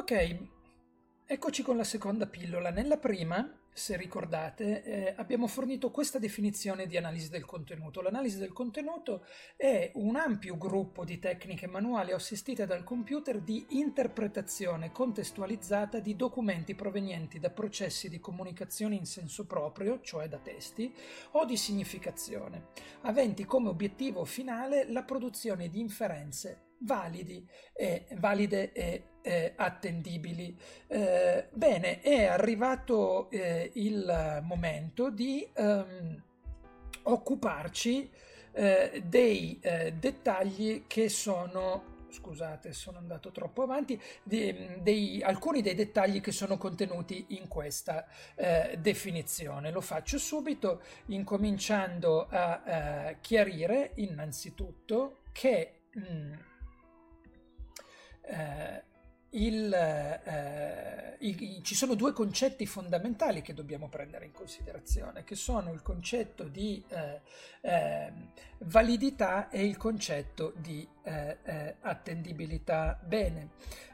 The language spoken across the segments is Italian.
Ok, eccoci con la seconda pillola. Nella prima, se ricordate, abbiamo fornito questa definizione di analisi del contenuto. L'analisi del contenuto è un ampio gruppo di tecniche manuali assistite dal computer di interpretazione contestualizzata di documenti provenienti da processi di comunicazione in senso proprio, cioè da testi, o di significazione, aventi come obiettivo finale la produzione di inferenze valide e attendibili. Bene, è arrivato il momento di occuparci dei dettagli che sono. Scusate, sono andato troppo avanti. Alcuni dei dettagli che sono contenuti in questa definizione. Lo faccio subito, incominciando a chiarire innanzitutto che ci sono due concetti fondamentali che dobbiamo prendere in considerazione, che sono il concetto di validità e il concetto di attendibilità. Bene,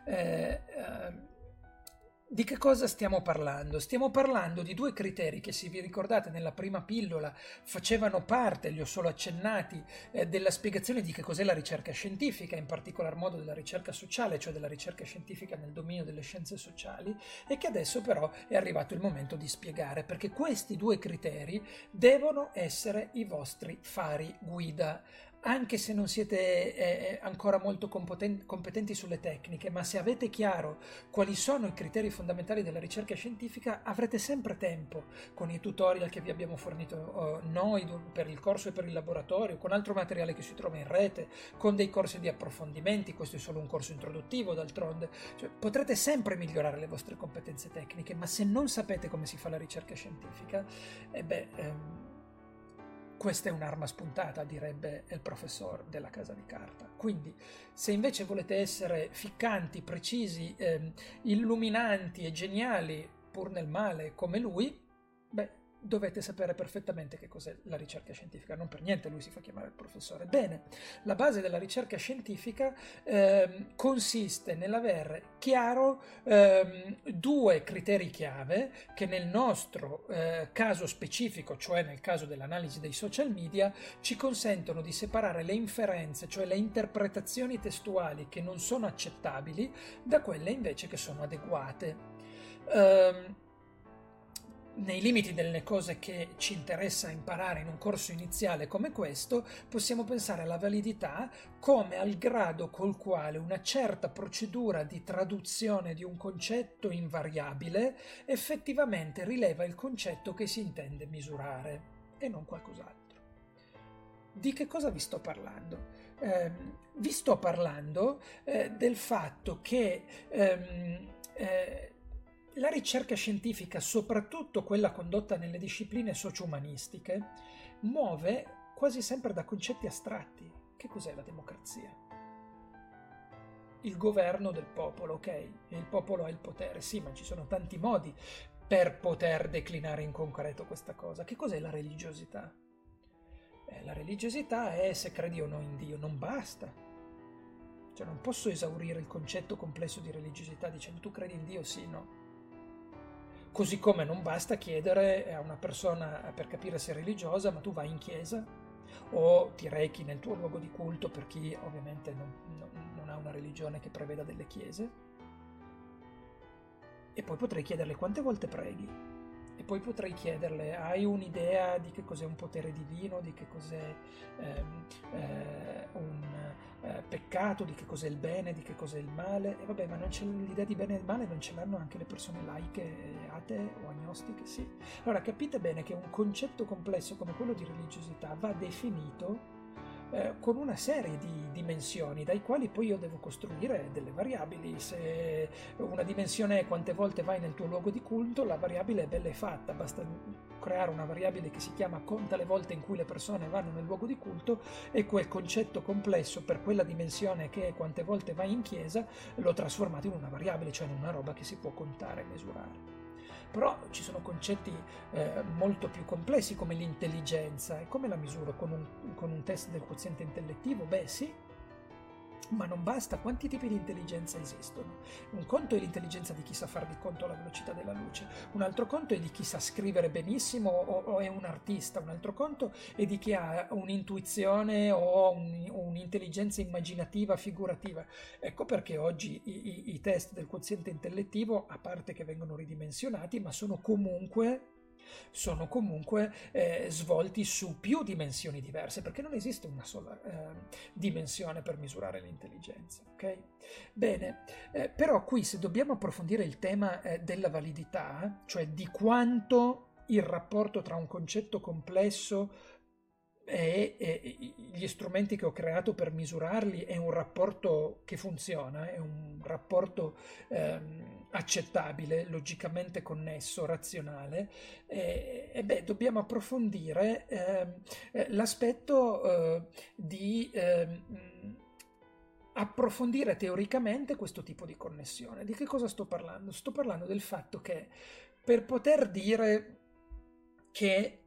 di che cosa stiamo parlando? Stiamo parlando di due criteri che, se vi ricordate, nella prima pillola facevano parte, li ho solo accennati, della spiegazione di che cos'è la ricerca scientifica, in particolar modo della ricerca sociale, cioè della ricerca scientifica nel dominio delle scienze sociali, e che adesso però è arrivato il momento di spiegare, perché questi due criteri devono essere i vostri fari guida. Anche se non siete ancora molto competenti sulle tecniche, ma se avete chiaro quali sono i criteri fondamentali della ricerca scientifica, avrete sempre tempo, con i tutorial che vi abbiamo fornito noi per il corso e per il laboratorio, con altro materiale che si trova in rete, con dei corsi di approfondimenti. Questo è solo un corso introduttivo, d'altronde. Cioè, potrete sempre migliorare le vostre competenze tecniche, ma se non sapete come si fa la ricerca scientifica, questa è un'arma spuntata, direbbe il professor della Casa di Carta. Quindi, se invece volete essere ficcanti, precisi, illuminanti e geniali, pur nel male, come lui, dovete sapere perfettamente che cos'è la ricerca scientifica. Non per niente lui si fa chiamare il professore. Bene, la base della ricerca scientifica consiste nell'aver chiaro due criteri chiave che nel nostro caso specifico, cioè nel caso dell'analisi dei social media, ci consentono di separare le inferenze, cioè le interpretazioni testuali che non sono accettabili, da quelle invece che sono adeguate. Nei limiti delle cose che ci interessa imparare in un corso iniziale come questo, possiamo pensare alla validità come al grado col quale una certa procedura di traduzione di un concetto in variabile effettivamente rileva il concetto che si intende misurare e non qualcos'altro. Di che cosa vi sto parlando? Vi sto parlando del fatto che la ricerca scientifica, soprattutto quella condotta nelle discipline socio-umanistiche, muove quasi sempre da concetti astratti. Che cos'è la democrazia? Il governo del popolo, ok? E il popolo ha il potere, sì, ma ci sono tanti modi per poter declinare in concreto questa cosa. Che cos'è la religiosità? La religiosità è se credi o no in Dio, non basta. Cioè non posso esaurire il concetto complesso di religiosità dicendo tu credi in Dio, sì, no. Così come non basta chiedere a una persona per capire se è religiosa, ma tu vai in chiesa o ti rechi nel tuo luogo di culto, per chi ovviamente non ha una religione che preveda delle chiese. E poi potrei chiederle quante volte preghi. E poi potrei chiederle, hai un'idea di che cos'è un potere divino, di che cos'è un peccato, di che cos'è il bene, di che cos'è il male? E vabbè, ma non c'è l'idea di bene e male, non ce l'hanno anche le persone laiche, atee o agnostiche? Sì. Allora capite bene che un concetto complesso come quello di religiosità va definito con una serie di dimensioni dai quali poi io devo costruire delle variabili. Se una dimensione è quante volte vai nel tuo luogo di culto, la variabile è bella e fatta, basta creare una variabile che si chiama conta le volte in cui le persone vanno nel luogo di culto, e quel concetto complesso per quella dimensione che è quante volte vai in chiesa l'ho trasformato in una variabile, cioè in una roba che si può contare e misurare. Però ci sono concetti molto più complessi come l'intelligenza. E come la misuro? Con un test del quoziente intellettivo? Beh sì, Ma non basta, quanti tipi di intelligenza esistono? Un conto è l'intelligenza di chi sa fare di conto alla velocità della luce, un altro conto è di chi sa scrivere benissimo o è un artista, un altro conto è di chi ha un'intuizione o un'intelligenza immaginativa, figurativa. Ecco perché oggi i test del quoziente intellettivo, a parte che vengono ridimensionati, ma sono comunque svolti su più dimensioni diverse, perché non esiste una sola dimensione per misurare l'intelligenza. Ok? Bene, però qui se dobbiamo approfondire il tema della validità, cioè di quanto il rapporto tra un concetto complesso e gli strumenti che ho creato per misurarli è un rapporto che funziona, è un rapporto accettabile, logicamente connesso, razionale, dobbiamo approfondire l'aspetto di approfondire teoricamente questo tipo di connessione. Di che cosa sto parlando? Sto parlando del fatto che per poter dire che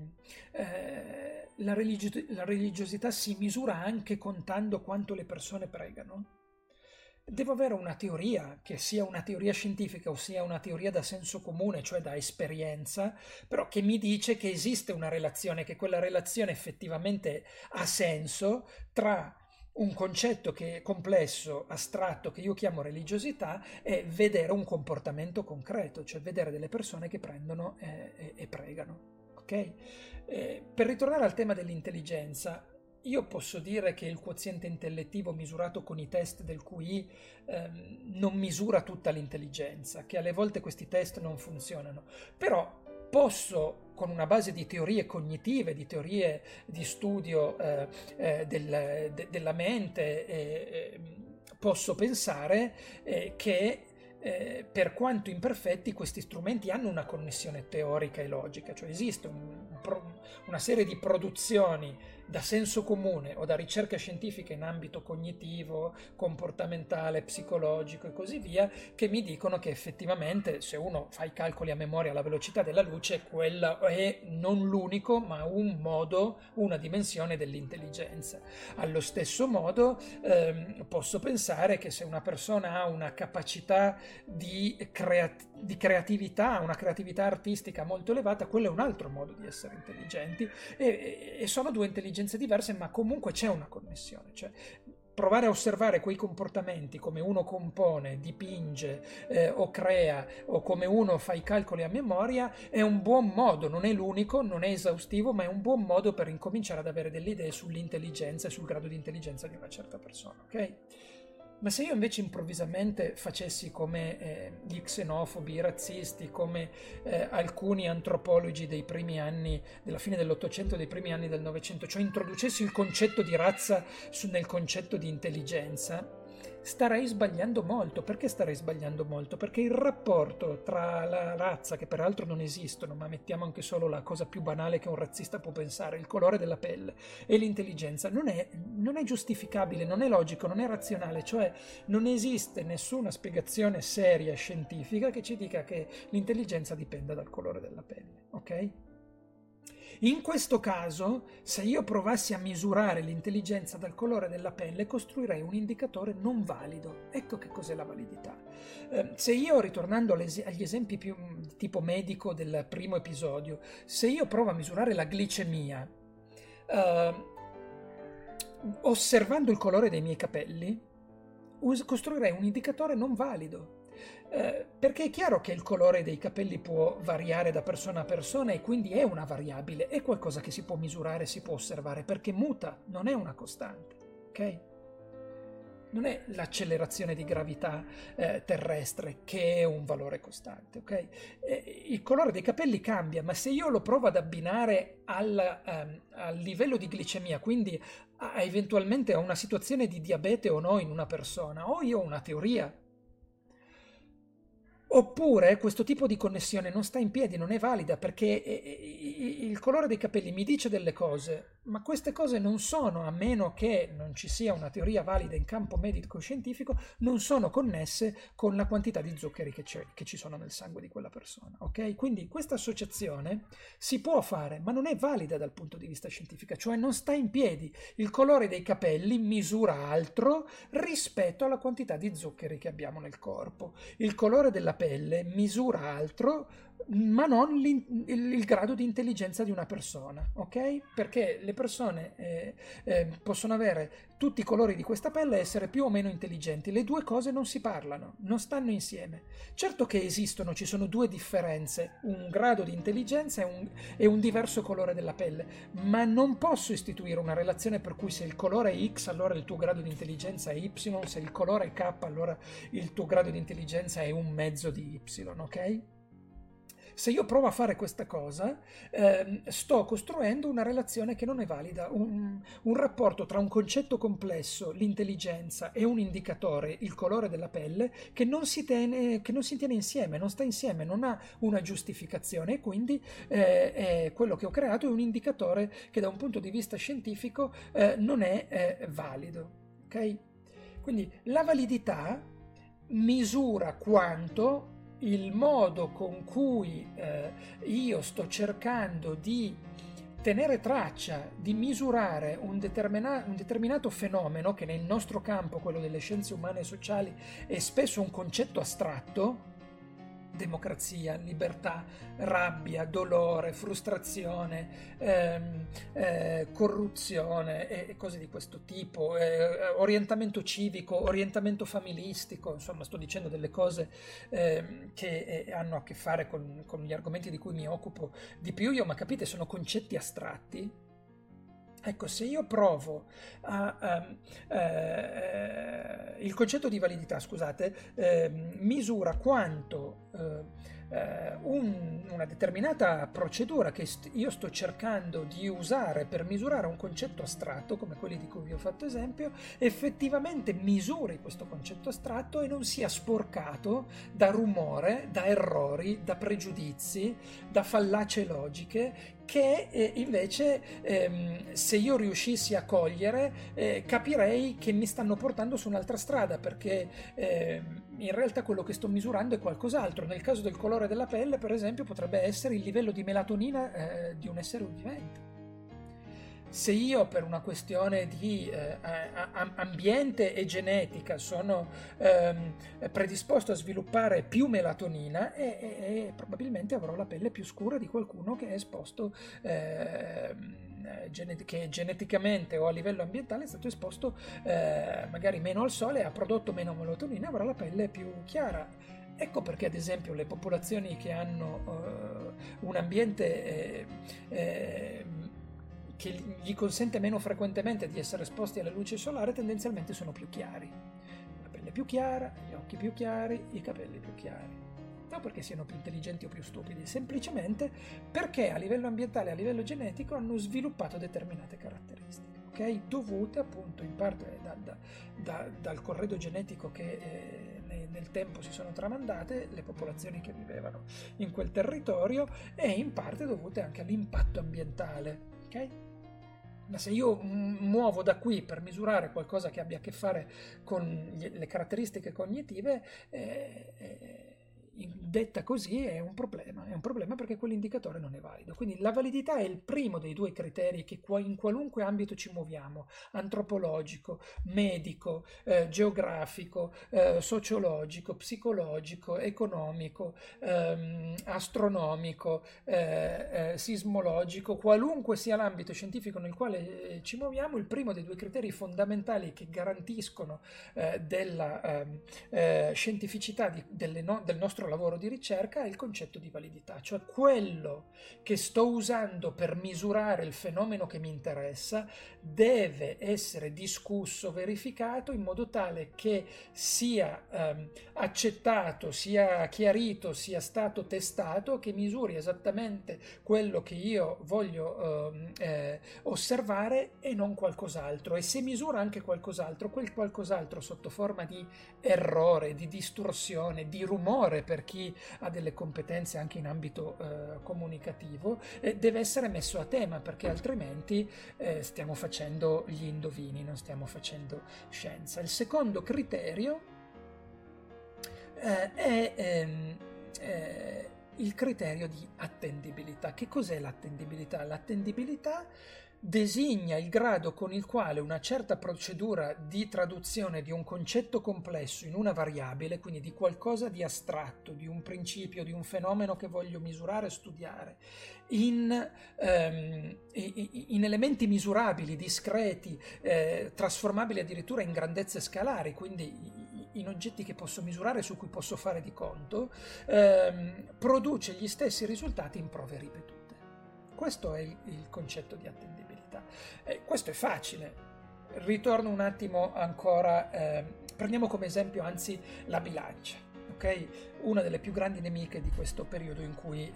la religiosità si misura anche contando quanto le persone pregano, devo avere una teoria, che sia una teoria scientifica o sia una teoria da senso comune, cioè da esperienza, però che mi dice che esiste una relazione, che quella relazione effettivamente ha senso tra un concetto che è complesso, astratto, che io chiamo religiosità, e vedere un comportamento concreto, cioè vedere delle persone che prendono e pregano. Ok? Per ritornare al tema dell'intelligenza, io posso dire che il quoziente intellettivo misurato con i test del QI non misura tutta l'intelligenza, che alle volte questi test non funzionano, però posso, con una base di teorie cognitive, di teorie di studio della mente, posso pensare che per quanto imperfetti questi strumenti hanno una connessione teorica e logica, cioè esiste una serie di produzioni da senso comune o da ricerca scientifica in ambito cognitivo, comportamentale, psicologico e così via, che mi dicono che effettivamente se uno fa i calcoli a memoria alla velocità della luce, quello è non l'unico, ma un modo, una dimensione dell'intelligenza. Allo stesso modo posso pensare che se una persona ha una capacità di creatività, una creatività artistica molto elevata, quello è un altro modo di essere intelligenti e sono due intelligenze diverse, ma comunque c'è una connessione, cioè provare a osservare quei comportamenti, come uno compone, dipinge o crea, o come uno fa i calcoli a memoria, è un buon modo, non è l'unico, non è esaustivo, ma è un buon modo per incominciare ad avere delle idee sull'intelligenza e sul grado di intelligenza di una certa persona, ok? Ma se io invece improvvisamente facessi come gli xenofobi, i razzisti, come alcuni antropologi dei primi anni, della fine dell'Ottocento e dei primi anni del Novecento, cioè introducessi il concetto di razza nel concetto di intelligenza, starei sbagliando molto. Perché starei sbagliando molto? Perché il rapporto tra la razza, che peraltro non esistono, ma mettiamo anche solo la cosa più banale che un razzista può pensare, il colore della pelle, e l'intelligenza, non è giustificabile, non è logico, non è razionale, cioè non esiste nessuna spiegazione seria scientifica che ci dica che l'intelligenza dipenda dal colore della pelle, ok? In questo caso, se io provassi a misurare l'intelligenza dal colore della pelle, costruirei un indicatore non valido. Ecco che cos'è la validità. Se io, ritornando agli esempi più tipo medico del primo episodio, se io provo a misurare la glicemia, osservando il colore dei miei capelli, costruirei un indicatore non valido. Perché è chiaro che il colore dei capelli può variare da persona a persona e quindi è una variabile, è qualcosa che si può misurare, si può osservare, perché muta, non è una costante, ok? Non è l'accelerazione di gravità terrestre che è un valore costante, ok? Il colore dei capelli cambia, ma se io lo provo ad abbinare al livello di glicemia, quindi eventualmente a una situazione di diabete o no in una persona, o io ho una teoria, Oppure questo tipo di connessione non sta in piedi, non è valida perché il colore dei capelli mi dice delle cose, ma queste cose non sono, a meno che non ci sia una teoria valida in campo medico-scientifico, non sono connesse con la quantità di zuccheri che ci sono nel sangue di quella persona. Ok? Quindi questa associazione si può fare, ma non è valida dal punto di vista scientifico, cioè non sta in piedi. Il colore dei capelli misura altro rispetto alla quantità di zuccheri che abbiamo nel corpo. Il colore della pelle misura altro, ma non il grado di intelligenza di una persona, ok? Perché le persone possono avere tutti i colori di questa pelle e essere più o meno intelligenti. Le due cose non si parlano, non stanno insieme. Certo che esistono, ci sono due differenze, un grado di intelligenza e un diverso colore della pelle, ma non posso istituire una relazione per cui se il colore è X allora il tuo grado di intelligenza è Y, se il colore è K allora il tuo grado di intelligenza è un mezzo di Y, ok? Se io provo a fare questa cosa, sto costruendo una relazione che non è valida, un rapporto tra un concetto complesso, l'intelligenza, e un indicatore, il colore della pelle, che non si tiene insieme, non sta insieme, non ha una giustificazione e quindi quello che ho creato è un indicatore che da un punto di vista scientifico non è valido. Ok? Quindi la validità misura quanto il modo con cui io sto cercando di tenere traccia, di misurare un determinato fenomeno, che nel nostro campo, quello delle scienze umane e sociali, è spesso un concetto astratto: democrazia, libertà, rabbia, dolore, frustrazione, corruzione e cose di questo tipo, orientamento civico, orientamento familistico, insomma sto dicendo delle cose che hanno a che fare con gli argomenti di cui mi occupo di più io, ma capite, sono concetti astratti. Ecco, se io provo il concetto di validità, scusate, misura quanto una determinata procedura che io sto cercando di usare per misurare un concetto astratto, come quelli di cui vi ho fatto esempio, effettivamente misuri questo concetto astratto e non sia sporcato da rumore, da errori, da pregiudizi, da fallacie logiche, che invece se io riuscissi a cogliere capirei che mi stanno portando su un'altra strada, perché in realtà quello che sto misurando è qualcos'altro. Nel caso del colore della pelle, per esempio, potrebbe essere il livello di melatonina di un essere vivente. Se io per una questione di ambiente e genetica sono predisposto a sviluppare più melatonina e probabilmente avrò la pelle più scura di qualcuno che è esposto che geneticamente o a livello ambientale è stato esposto magari meno al sole, ha prodotto meno melatonina, avrà la pelle più chiara. Ecco perché ad esempio le popolazioni che hanno un ambiente che gli consente meno frequentemente di essere esposti alla luce solare tendenzialmente sono più chiari. La pelle più chiara, gli occhi più chiari, i capelli più chiari. Non perché siano più intelligenti o più stupidi, semplicemente perché a livello ambientale e a livello genetico hanno sviluppato determinate caratteristiche, ok? Dovute appunto in parte dal corredo genetico che nel tempo si sono tramandate le popolazioni che vivevano in quel territorio, e in parte dovute anche all'impatto ambientale, ok? Ma se io muovo da qui per misurare qualcosa che abbia a che fare con le caratteristiche cognitive, detta così è un problema perché quell'indicatore non è valido. Quindi la validità è il primo dei due criteri che in qualunque ambito ci muoviamo: antropologico, medico, geografico, sociologico, psicologico, economico, astronomico, sismologico, qualunque sia l'ambito scientifico nel quale ci muoviamo. Il primo dei due criteri fondamentali che garantiscono della scientificità del nostro lavoro di ricerca è il concetto di validità, cioè quello che sto usando per misurare il fenomeno che mi interessa deve essere discusso, verificato in modo tale che sia accettato, sia chiarito, sia stato testato, che misuri esattamente quello che io voglio osservare e non qualcos'altro. E se misura anche qualcos'altro, quel qualcos'altro sotto forma di errore, di distorsione, di rumore per per chi ha delle competenze anche in ambito comunicativo, deve essere messo a tema, perché altrimenti stiamo facendo gli indovini, non stiamo facendo scienza. Il secondo criterio è il criterio di attendibilità. Che cos'è l'attendibilità? L'attendibilità designa il grado con il quale una certa procedura di traduzione di un concetto complesso in una variabile, quindi di qualcosa di astratto, di un principio, di un fenomeno che voglio misurare e studiare, in elementi misurabili, discreti, trasformabili addirittura in grandezze scalari, quindi in oggetti che posso misurare, su cui posso fare di conto, produce gli stessi risultati in prove ripetute. Questo è il concetto di attendibilità. Questo è facile. Ritorno un attimo ancora, prendiamo come esempio anzi la bilancia, ok? Una delle più grandi nemiche di questo periodo in cui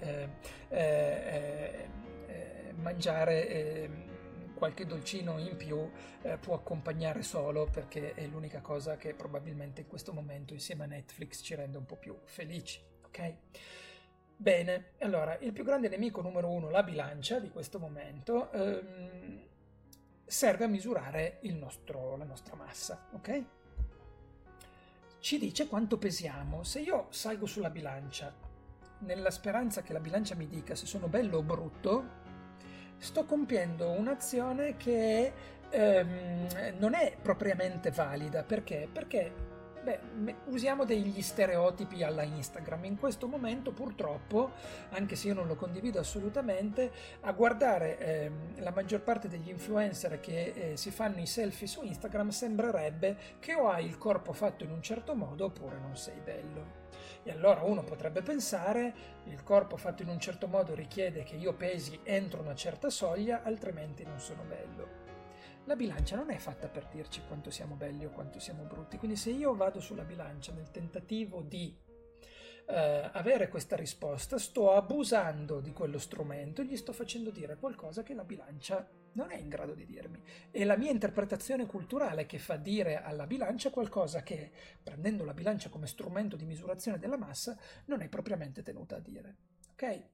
mangiare qualche dolcino in più può accompagnare solo, perché è l'unica cosa che probabilmente in questo momento insieme a Netflix ci rende un po' più felici, ok? Bene, allora, il più grande nemico numero uno, la bilancia di questo momento, serve a misurare la nostra massa, ok? Ci dice quanto pesiamo. Se io salgo sulla bilancia nella speranza che la bilancia mi dica se sono bello o brutto, sto compiendo un'azione che non è propriamente valida. Perché? Perché usiamo degli stereotipi alla Instagram. In questo momento purtroppo, anche se io non lo condivido assolutamente, a guardare la maggior parte degli influencer che si fanno i selfie su Instagram sembrerebbe che o hai il corpo fatto in un certo modo oppure non sei bello. E allora uno potrebbe pensare: il corpo fatto in un certo modo richiede che io pesi entro una certa soglia, altrimenti non sono bello. La bilancia non è fatta per dirci quanto siamo belli o quanto siamo brutti, quindi se io vado sulla bilancia nel tentativo di avere questa risposta, sto abusando di quello strumento e gli sto facendo dire qualcosa che la bilancia non è in grado di dirmi. È la mia interpretazione culturale che fa dire alla bilancia qualcosa che, prendendo la bilancia come strumento di misurazione della massa, non è propriamente tenuta a dire. Ok?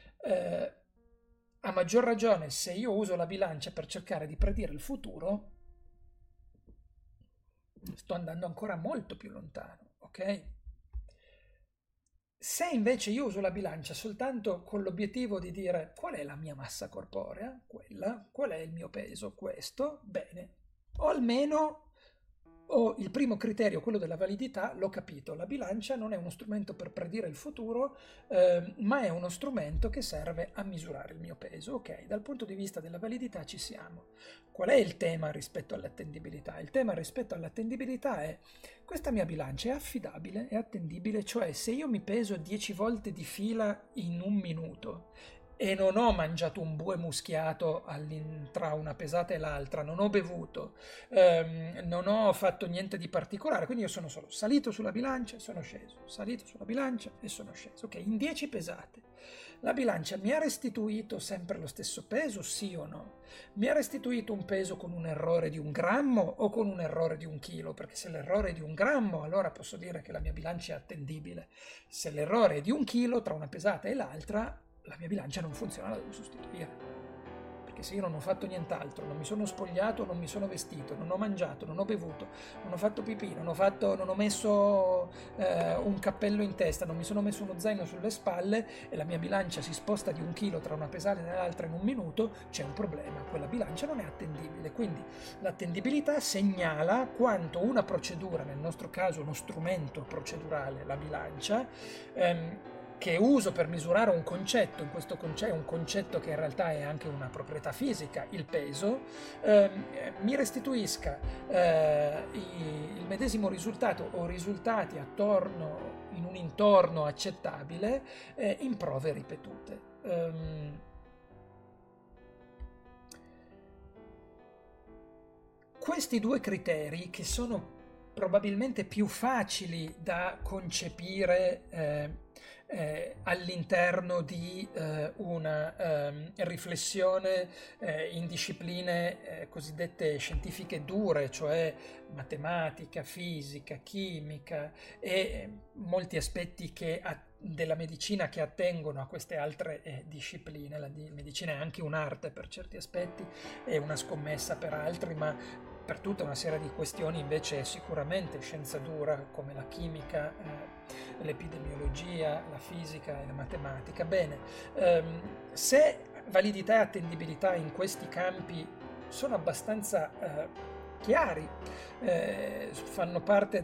A maggior ragione, se io uso la bilancia per cercare di predire il futuro, sto andando ancora molto più lontano, ok? Se invece io uso la bilancia soltanto con l'obiettivo di dire qual è la mia massa corporea, quella, qual è il mio peso, questo, bene, o almeno il primo criterio, quello della validità, l'ho capito. La bilancia non è uno strumento per predire il futuro, ma è uno strumento che serve a misurare il mio peso. Ok, dal punto di vista della validità ci siamo. Qual è il tema rispetto all'attendibilità? Il tema rispetto all'attendibilità è: questa mia bilancia è affidabile, è attendibile, cioè se io mi peso 10 volte di fila in un minuto e non ho mangiato un bue muschiato tra una pesata e l'altra, non ho bevuto, non ho fatto niente di particolare, quindi io sono solo salito sulla bilancia e sono sceso, salito sulla bilancia e sono sceso. Ok, in 10 pesate. La bilancia mi ha restituito sempre lo stesso peso, sì o no? Mi ha restituito un peso con un errore di 1 grammo o con un errore di 1 chilo? Perché se l'errore è di 1 grammo, allora posso dire che la mia bilancia è attendibile. Se l'errore è di 1 chilo tra una pesata e l'altra, la mia bilancia non funziona, la devo sostituire. Perché se io non ho fatto nient'altro, non mi sono spogliato, non mi sono vestito, non ho mangiato, non ho bevuto, non ho fatto pipì, non ho messo un cappello in testa, non mi sono messo uno zaino sulle spalle e la mia bilancia si sposta di 1 chilo tra una pesata e l'altra in 1 minuto, c'è un problema, quella bilancia non è attendibile. Quindi l'attendibilità segnala quanto una procedura, nel nostro caso uno strumento procedurale, la bilancia, che uso per misurare un concetto, in questo concetto un concetto che in realtà è anche una proprietà fisica, il peso, mi restituisca il medesimo risultato o risultati attorno, in un intorno accettabile, in prove ripetute. Questi due criteri, che sono probabilmente più facili da concepire all'interno di una riflessione in discipline cosiddette scientifiche dure, cioè matematica, fisica, chimica e molti aspetti della medicina che attengono a queste altre discipline. La medicina è anche un'arte per certi aspetti e una scommessa per altri, ma per tutta una serie di questioni invece è sicuramente scienza dura, come la chimica, l'epidemiologia, la fisica e la matematica. Bene, se validità e attendibilità in questi campi sono abbastanza chiari, fanno parte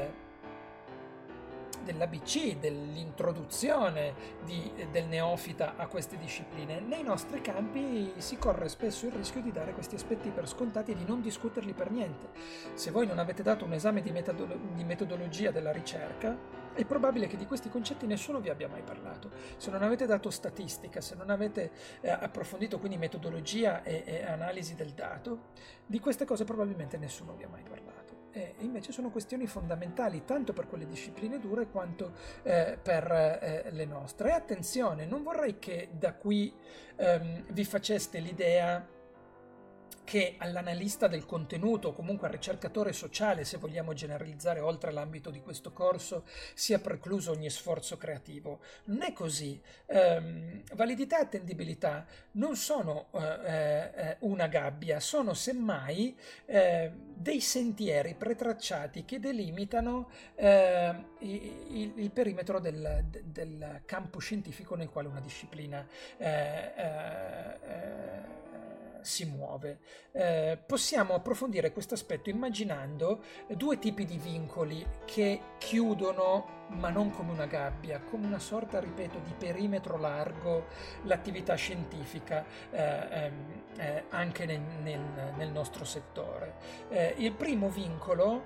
dell'ABC, dell'introduzione del neofita a queste discipline. Nei nostri campi si corre spesso il rischio di dare questi aspetti per scontati e di non discuterli per niente. Se voi non avete dato un esame di metodologia della ricerca, è probabile che di questi concetti nessuno vi abbia mai parlato. Se non avete dato statistica, se non avete approfondito quindi metodologia e analisi del dato, di queste cose probabilmente nessuno vi ha mai parlato. E invece sono questioni fondamentali tanto per quelle discipline dure quanto per le nostre. E attenzione, non vorrei che da qui vi faceste l'idea che all'analista del contenuto o comunque al ricercatore sociale, se vogliamo generalizzare oltre l'ambito di questo corso, sia precluso ogni sforzo creativo. Non è così. Validità e attendibilità non sono una gabbia, sono semmai dei sentieri pretracciati che delimitano il perimetro del campo scientifico nel quale una disciplina si muove. Possiamo approfondire questo aspetto immaginando due tipi di vincoli che chiudono, ma non come una gabbia, come una sorta, ripeto, di perimetro largo l'attività scientifica anche nel nostro settore. Il primo vincolo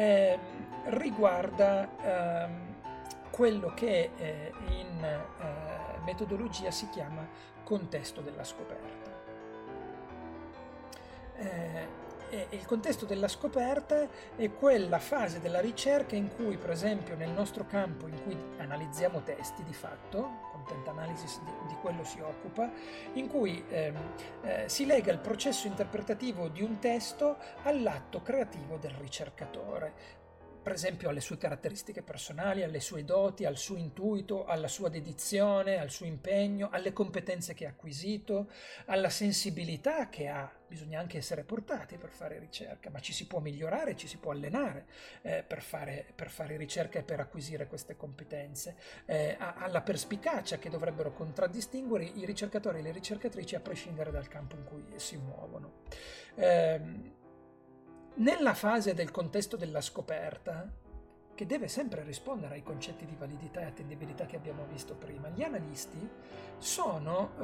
riguarda quello che in metodologia si chiama contesto della scoperta. Il contesto della scoperta è quella fase della ricerca in cui, per esempio, nel nostro campo in cui analizziamo testi di fatto, content analysis di quello si occupa, in cui si lega il processo interpretativo di un testo all'atto creativo del ricercatore. Per esempio alle sue caratteristiche personali, alle sue doti, al suo intuito, alla sua dedizione, al suo impegno, alle competenze che ha acquisito, alla sensibilità che ha. Bisogna anche essere portati per fare ricerca, ma ci si può migliorare, ci si può allenare per fare ricerca e per acquisire queste competenze, alla perspicacia che dovrebbero contraddistinguere i ricercatori e le ricercatrici a prescindere dal campo in cui si muovono. Nella fase del contesto della scoperta, che deve sempre rispondere ai concetti di validità e attendibilità che abbiamo visto prima, gli analisti sono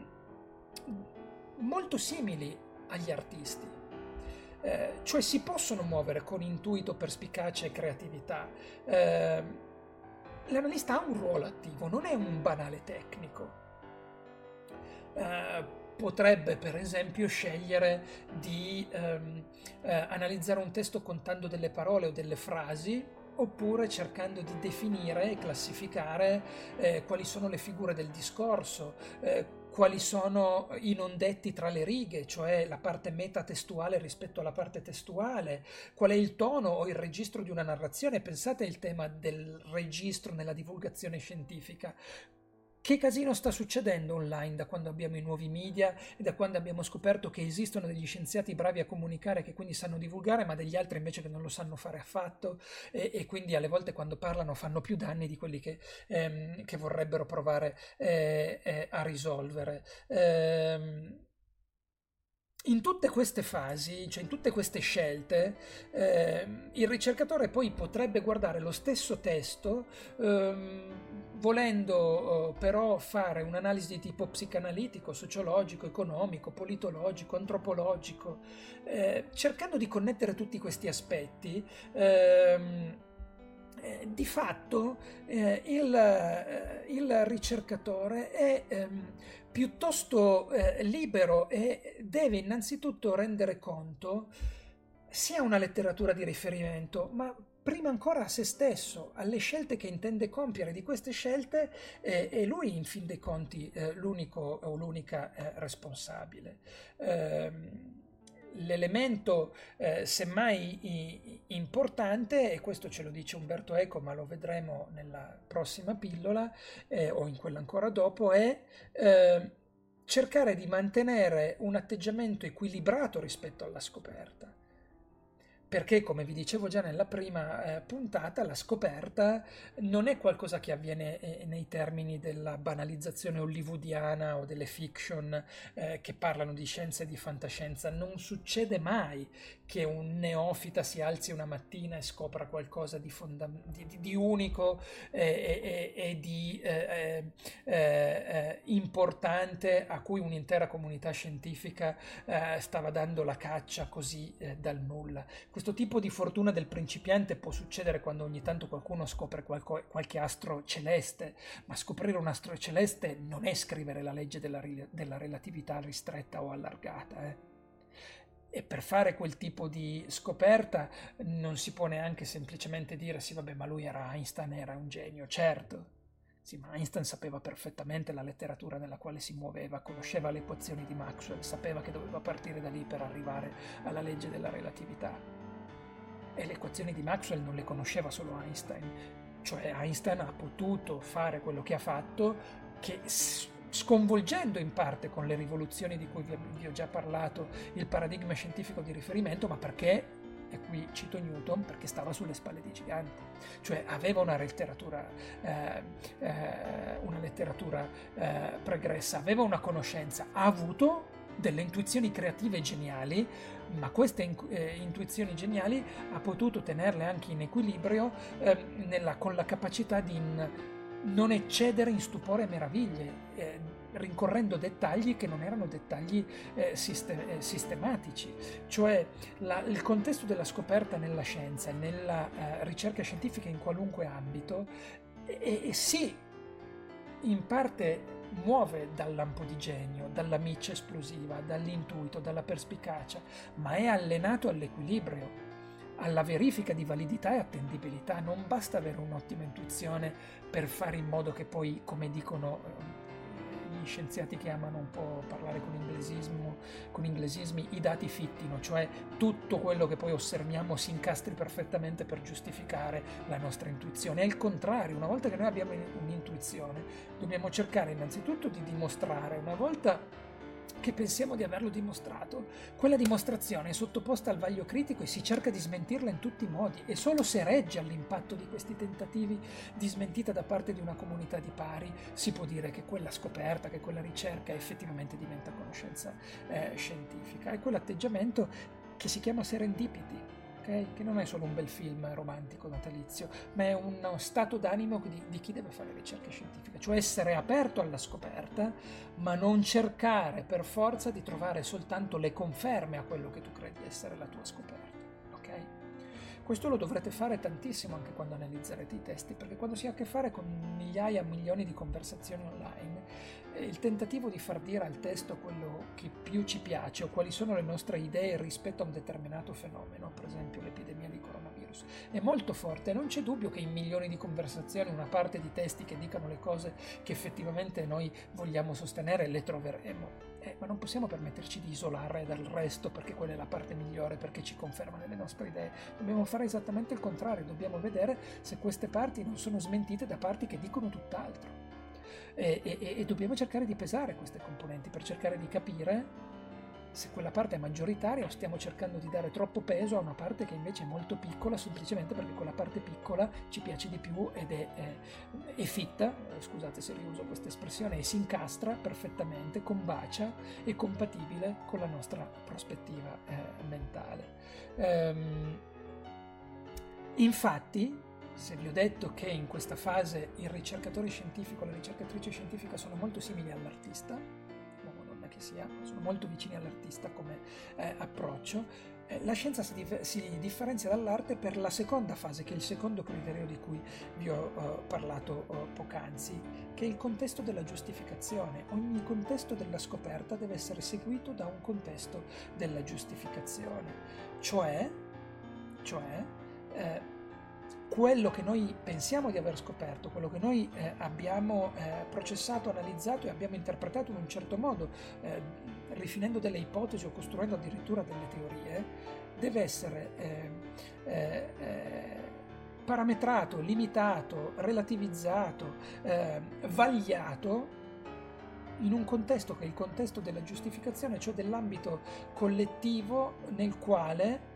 molto simili agli artisti, cioè si possono muovere con intuito, perspicacia e creatività. L'analista ha un ruolo attivo, non è un banale tecnico. Potrebbe per esempio scegliere di analizzare un testo contando delle parole o delle frasi, oppure cercando di definire e classificare quali sono le figure del discorso, quali sono i non detti tra le righe, cioè la parte metatestuale rispetto alla parte testuale, qual è il tono o il registro di una narrazione. Pensate al tema del registro nella divulgazione scientifica. Che casino sta succedendo online da quando abbiamo i nuovi media e da quando abbiamo scoperto che esistono degli scienziati bravi a comunicare, che quindi sanno divulgare, ma degli altri invece che non lo sanno fare affatto e quindi alle volte quando parlano fanno più danni di quelli che vorrebbero provare a risolvere. In tutte queste fasi, cioè in tutte queste scelte, il ricercatore poi potrebbe guardare lo stesso testo, volendo però fare un'analisi di tipo psicanalitico, sociologico, economico, politologico, antropologico, cercando di connettere tutti questi aspetti. Di fatto il ricercatore è piuttosto libero e deve innanzitutto rendere conto sia una letteratura di riferimento, ma prima ancora a se stesso, alle scelte che intende compiere. Di queste scelte è lui in fin dei conti l'unico o l'unica responsabile. L'elemento semmai importante, e questo ce lo dice Umberto Eco, ma lo vedremo nella prossima pillola o in quella ancora dopo, è cercare di mantenere un atteggiamento equilibrato rispetto alla scoperta. Perché, come vi dicevo già nella prima puntata, la scoperta non è qualcosa che avviene nei termini della banalizzazione hollywoodiana o delle fiction che parlano di scienza e di fantascienza. Non succede mai che un neofita si alzi una mattina e scopra qualcosa di unico e di importante, a cui un'intera comunità scientifica stava dando la caccia così dal nulla. Questo tipo di fortuna del principiante può succedere quando ogni tanto qualcuno scopre qualche astro celeste, ma scoprire un astro celeste non è scrivere la legge della relatività ristretta o allargata. E per fare quel tipo di scoperta non si può neanche semplicemente dire sì, vabbè, ma lui era Einstein, era un genio. Certo, sì, ma Einstein sapeva perfettamente la letteratura nella quale si muoveva, conosceva le equazioni di Maxwell, sapeva che doveva partire da lì per arrivare alla legge della relatività. E le equazioni di Maxwell non le conosceva solo Einstein, cioè Einstein ha potuto fare quello che ha fatto, che sconvolgendo in parte con le rivoluzioni di cui vi ho già parlato il paradigma scientifico di riferimento, ma perché, e qui cito Newton, perché stava sulle spalle di giganti, cioè aveva una letteratura pregressa, aveva una conoscenza, ha avuto delle intuizioni creative geniali, ma queste intuizioni geniali ha potuto tenerle anche in equilibrio con la capacità di non eccedere in stupore e meraviglie, rincorrendo dettagli che non erano dettagli sistematici. Cioè il contesto della scoperta nella scienza, nella ricerca scientifica in qualunque ambito, sì, in parte muove dal lampo di genio, dalla miccia esplosiva, dall'intuito, dalla perspicacia, ma è allenato all'equilibrio, alla verifica di validità e attendibilità. Non basta avere un'ottima intuizione per fare in modo che poi, come dicono gli scienziati che amano un po' parlare con inglesismi, i dati fittino, cioè tutto quello che poi osserviamo si incastri perfettamente per giustificare la nostra intuizione. È il contrario, una volta che noi abbiamo un'intuizione, dobbiamo cercare innanzitutto di dimostrare, una volta che pensiamo di averlo dimostrato, quella dimostrazione è sottoposta al vaglio critico e si cerca di smentirla in tutti i modi, e solo se regge all'impatto di questi tentativi di smentita da parte di una comunità di pari si può dire che quella scoperta, che quella ricerca effettivamente diventa conoscenza scientifica. È quell'atteggiamento che si chiama serendipity, che non è solo un bel film romantico natalizio, ma è uno stato d'animo di chi deve fare ricerca scientifica, cioè essere aperto alla scoperta, ma non cercare per forza di trovare soltanto le conferme a quello che tu credi essere la tua scoperta. Ok? Questo lo dovrete fare tantissimo anche quando analizzerete i testi, perché quando si ha a che fare con migliaia, milioni di conversazioni online, il tentativo di far dire al testo quello che più ci piace o quali sono le nostre idee rispetto a un determinato fenomeno, per esempio l'epidemia di coronavirus, è molto forte. Non c'è dubbio che in milioni di conversazioni una parte di testi che dicano le cose che effettivamente noi vogliamo sostenere le troveremo. Ma non possiamo permetterci di isolarle dal resto perché quella è la parte migliore, perché ci conferma nelle nostre idee. Dobbiamo fare esattamente il contrario, dobbiamo vedere se queste parti non sono smentite da parti che dicono tutt'altro. E dobbiamo cercare di pesare queste componenti per cercare di capire se quella parte è maggioritaria o stiamo cercando di dare troppo peso a una parte che invece è molto piccola, semplicemente perché quella parte piccola ci piace di più ed è fitta, scusate se riuso questa espressione, e si incastra perfettamente, combacia, e compatibile con la nostra prospettiva mentale. Infatti, se vi ho detto che in questa fase il ricercatore scientifico, la ricercatrice scientifica sono molto simili all'artista, uomo o donna che sia, sono molto vicini all'artista come approccio, La scienza si differenzia dall'arte per la seconda fase, che è il secondo criterio di cui vi ho parlato poc'anzi, che è il contesto della giustificazione. Ogni contesto della scoperta deve essere seguito da un contesto della giustificazione, cioè quello che noi pensiamo di aver scoperto, quello che noi abbiamo processato, analizzato e abbiamo interpretato in un certo modo, rifinendo delle ipotesi o costruendo addirittura delle teorie, deve essere parametrato, limitato, relativizzato, vagliato in un contesto che è il contesto della giustificazione, cioè dell'ambito collettivo nel quale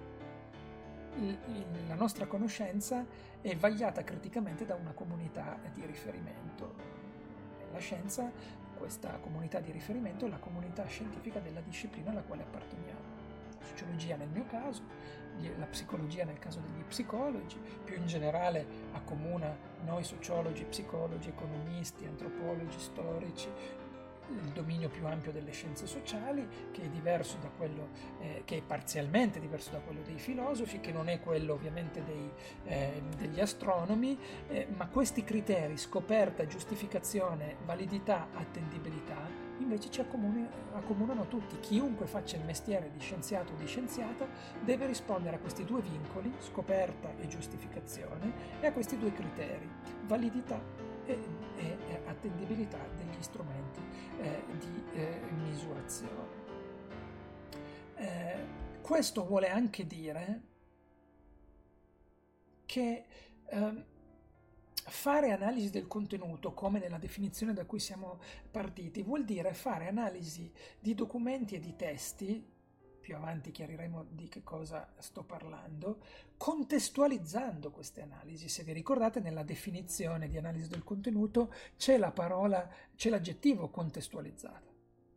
la nostra conoscenza è vagliata criticamente da una comunità di riferimento. La scienza, questa comunità di riferimento, è la comunità scientifica della disciplina alla quale apparteniamo. La sociologia nel mio caso, la psicologia nel caso degli psicologi, più in generale accomuna noi sociologi, psicologi, economisti, antropologi, storici, il dominio più ampio delle scienze sociali, che è diverso da quello, che è parzialmente diverso da quello dei filosofi, che non è quello ovviamente degli astronomi, ma questi criteri, scoperta, giustificazione, validità, attendibilità, invece ci accomunano tutti. Chiunque faccia il mestiere di scienziato o di scienziata deve rispondere a questi due vincoli, scoperta e giustificazione, e a questi due criteri, validità e attendibilità degli strumenti di misurazione. Questo vuole anche dire che fare analisi del contenuto, come nella definizione da cui siamo partiti, vuol dire fare analisi di documenti e di testi. Più avanti chiariremo di che cosa sto parlando, contestualizzando queste analisi. Se vi ricordate, nella definizione di analisi del contenuto c'è l'aggettivo contestualizzata.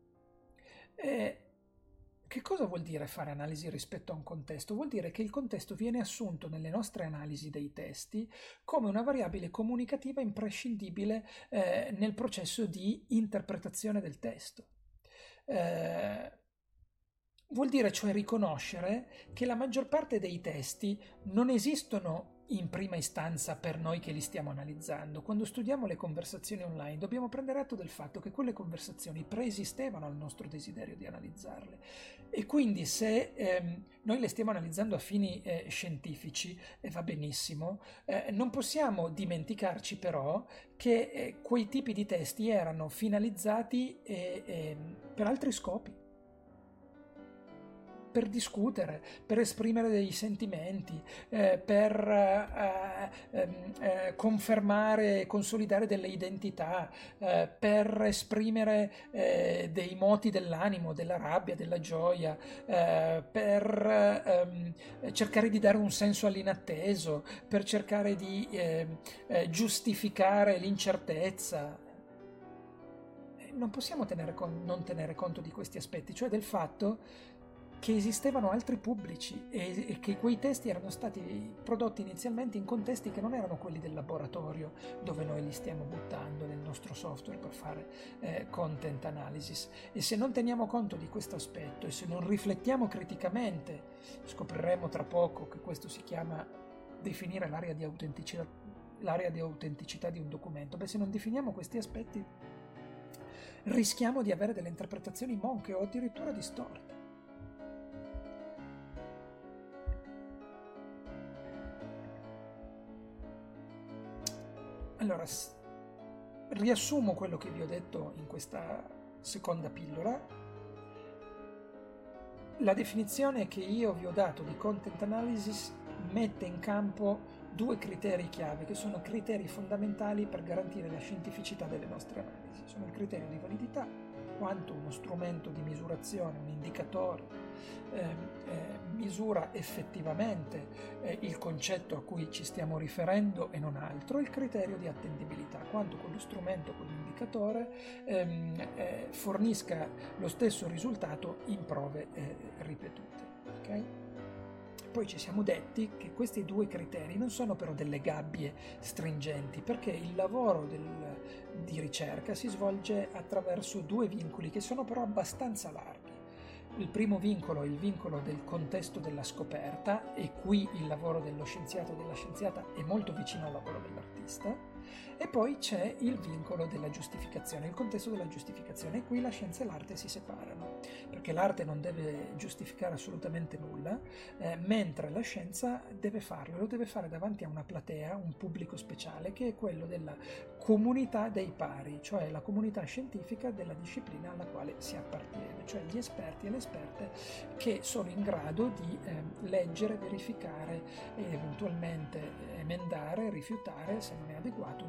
Che cosa vuol dire fare analisi rispetto a un contesto? Vuol dire che il contesto viene assunto nelle nostre analisi dei testi come una variabile comunicativa imprescindibile nel processo di interpretazione del testo. Vuol dire cioè riconoscere che la maggior parte dei testi non esistono in prima istanza per noi che li stiamo analizzando. Quando studiamo le conversazioni online dobbiamo prendere atto del fatto che quelle conversazioni preesistevano al nostro desiderio di analizzarle, e quindi se noi le stiamo analizzando a fini scientifici, e va benissimo, non possiamo dimenticarci però che quei tipi di testi erano finalizzati per altri scopi, per discutere, per esprimere dei sentimenti, per confermare e consolidare delle identità, per esprimere dei moti dell'animo, della rabbia, della gioia, per cercare di dare un senso all'inatteso, per cercare di giustificare l'incertezza. Non possiamo non tenere conto di questi aspetti, cioè del fatto che esistevano altri pubblici e che quei testi erano stati prodotti inizialmente in contesti che non erano quelli del laboratorio dove noi li stiamo buttando nel nostro software per fare content analysis. E se non teniamo conto di questo aspetto e se non riflettiamo criticamente, scopriremo tra poco che questo si chiama definire l'area di autenticità di un documento. Se non definiamo questi aspetti rischiamo di avere delle interpretazioni monche o addirittura distorte. Allora, riassumo quello che vi ho detto in questa seconda pillola. La definizione che io vi ho dato di content analysis mette in campo due criteri chiave, che sono criteri fondamentali per garantire la scientificità delle nostre analisi. Sono il criterio di validità, quanto uno strumento di misurazione, un indicatore, misura effettivamente il concetto a cui ci stiamo riferendo e non altro, il criterio di attendibilità, quanto quello strumento, quell'indicatore fornisca lo stesso risultato in prove ripetute. Okay? Poi ci siamo detti che questi due criteri non sono però delle gabbie stringenti, perché il lavoro di ricerca si svolge attraverso due vincoli che sono però abbastanza larghi. Il primo vincolo è il vincolo del contesto della scoperta, e qui il lavoro dello scienziato o della scienziata è molto vicino al lavoro dell'artista. E poi c'è il vincolo della giustificazione, il contesto della giustificazione, e qui la scienza e l'arte si separano, perché l'arte non deve giustificare assolutamente nulla, mentre la scienza deve farlo, lo deve fare davanti a una platea, un pubblico speciale, che è quello della comunità dei pari, cioè la comunità scientifica della disciplina alla quale si appartiene, cioè gli esperti e le esperte che sono in grado di leggere, verificare e eventualmente emendare, rifiutare, se non è adeguato,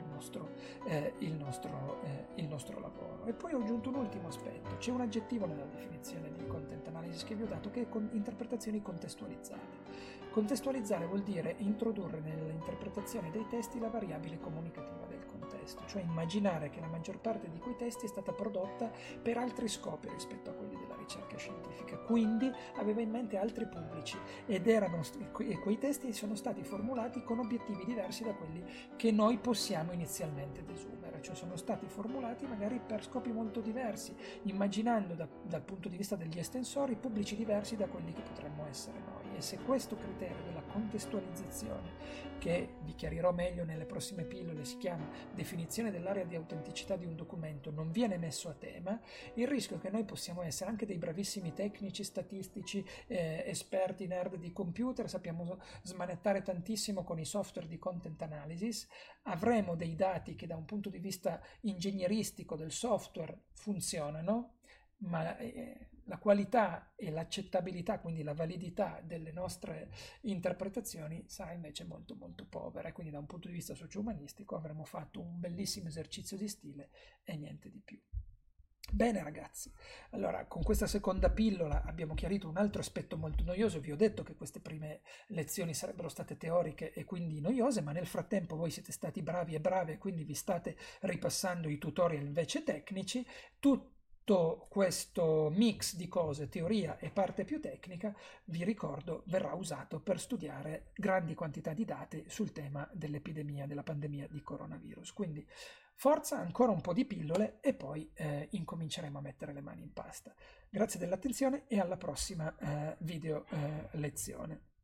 il nostro lavoro. E poi ho aggiunto un ultimo aspetto: c'è un aggettivo nella definizione di content analysis che vi ho dato, che è interpretazioni contestualizzate. Contestualizzare vuol dire introdurre nell'interpretazione dei testi la variabile comunicativa del contesto, cioè immaginare che la maggior parte di quei testi è stata prodotta per altri scopi rispetto a quelli della ricerca scientifica, quindi aveva in mente altri pubblici, e quei testi sono stati formulati con obiettivi diversi da quelli che noi possiamo inizialmente desumere, cioè sono stati formulati magari per scopi molto diversi, immaginando dal punto di vista degli estensori pubblici diversi da quelli che potremmo essere noi. E se questo criterio della contestualizzazione, che vi chiarirò meglio nelle prossime pillole, si chiama definizione dell'area di autenticità di un documento, non viene messo a tema, il rischio è che noi possiamo essere anche dei bravissimi tecnici, statistici, esperti nerd di computer, sappiamo smanettare tantissimo con i software di content analysis, avremo dei dati che da un punto di vista ingegneristico del software funzionano, ma la qualità e l'accettabilità, quindi la validità delle nostre interpretazioni, sarà invece molto molto povera, e quindi da un punto di vista socio-umanistico avremo fatto un bellissimo esercizio di stile e niente di più. Bene ragazzi, allora con questa seconda pillola abbiamo chiarito un altro aspetto molto noioso. Vi ho detto che queste prime lezioni sarebbero state teoriche e quindi noiose, ma nel frattempo voi siete stati bravi e brave e quindi vi state ripassando i tutorial invece tecnici. Tutto questo mix di cose, teoria e parte più tecnica, vi ricordo, verrà usato per studiare grandi quantità di dati sul tema dell'epidemia, della pandemia di coronavirus. Quindi forza, ancora un po' di pillole e poi incominceremo a mettere le mani in pasta. Grazie dell'attenzione e alla prossima video lezione.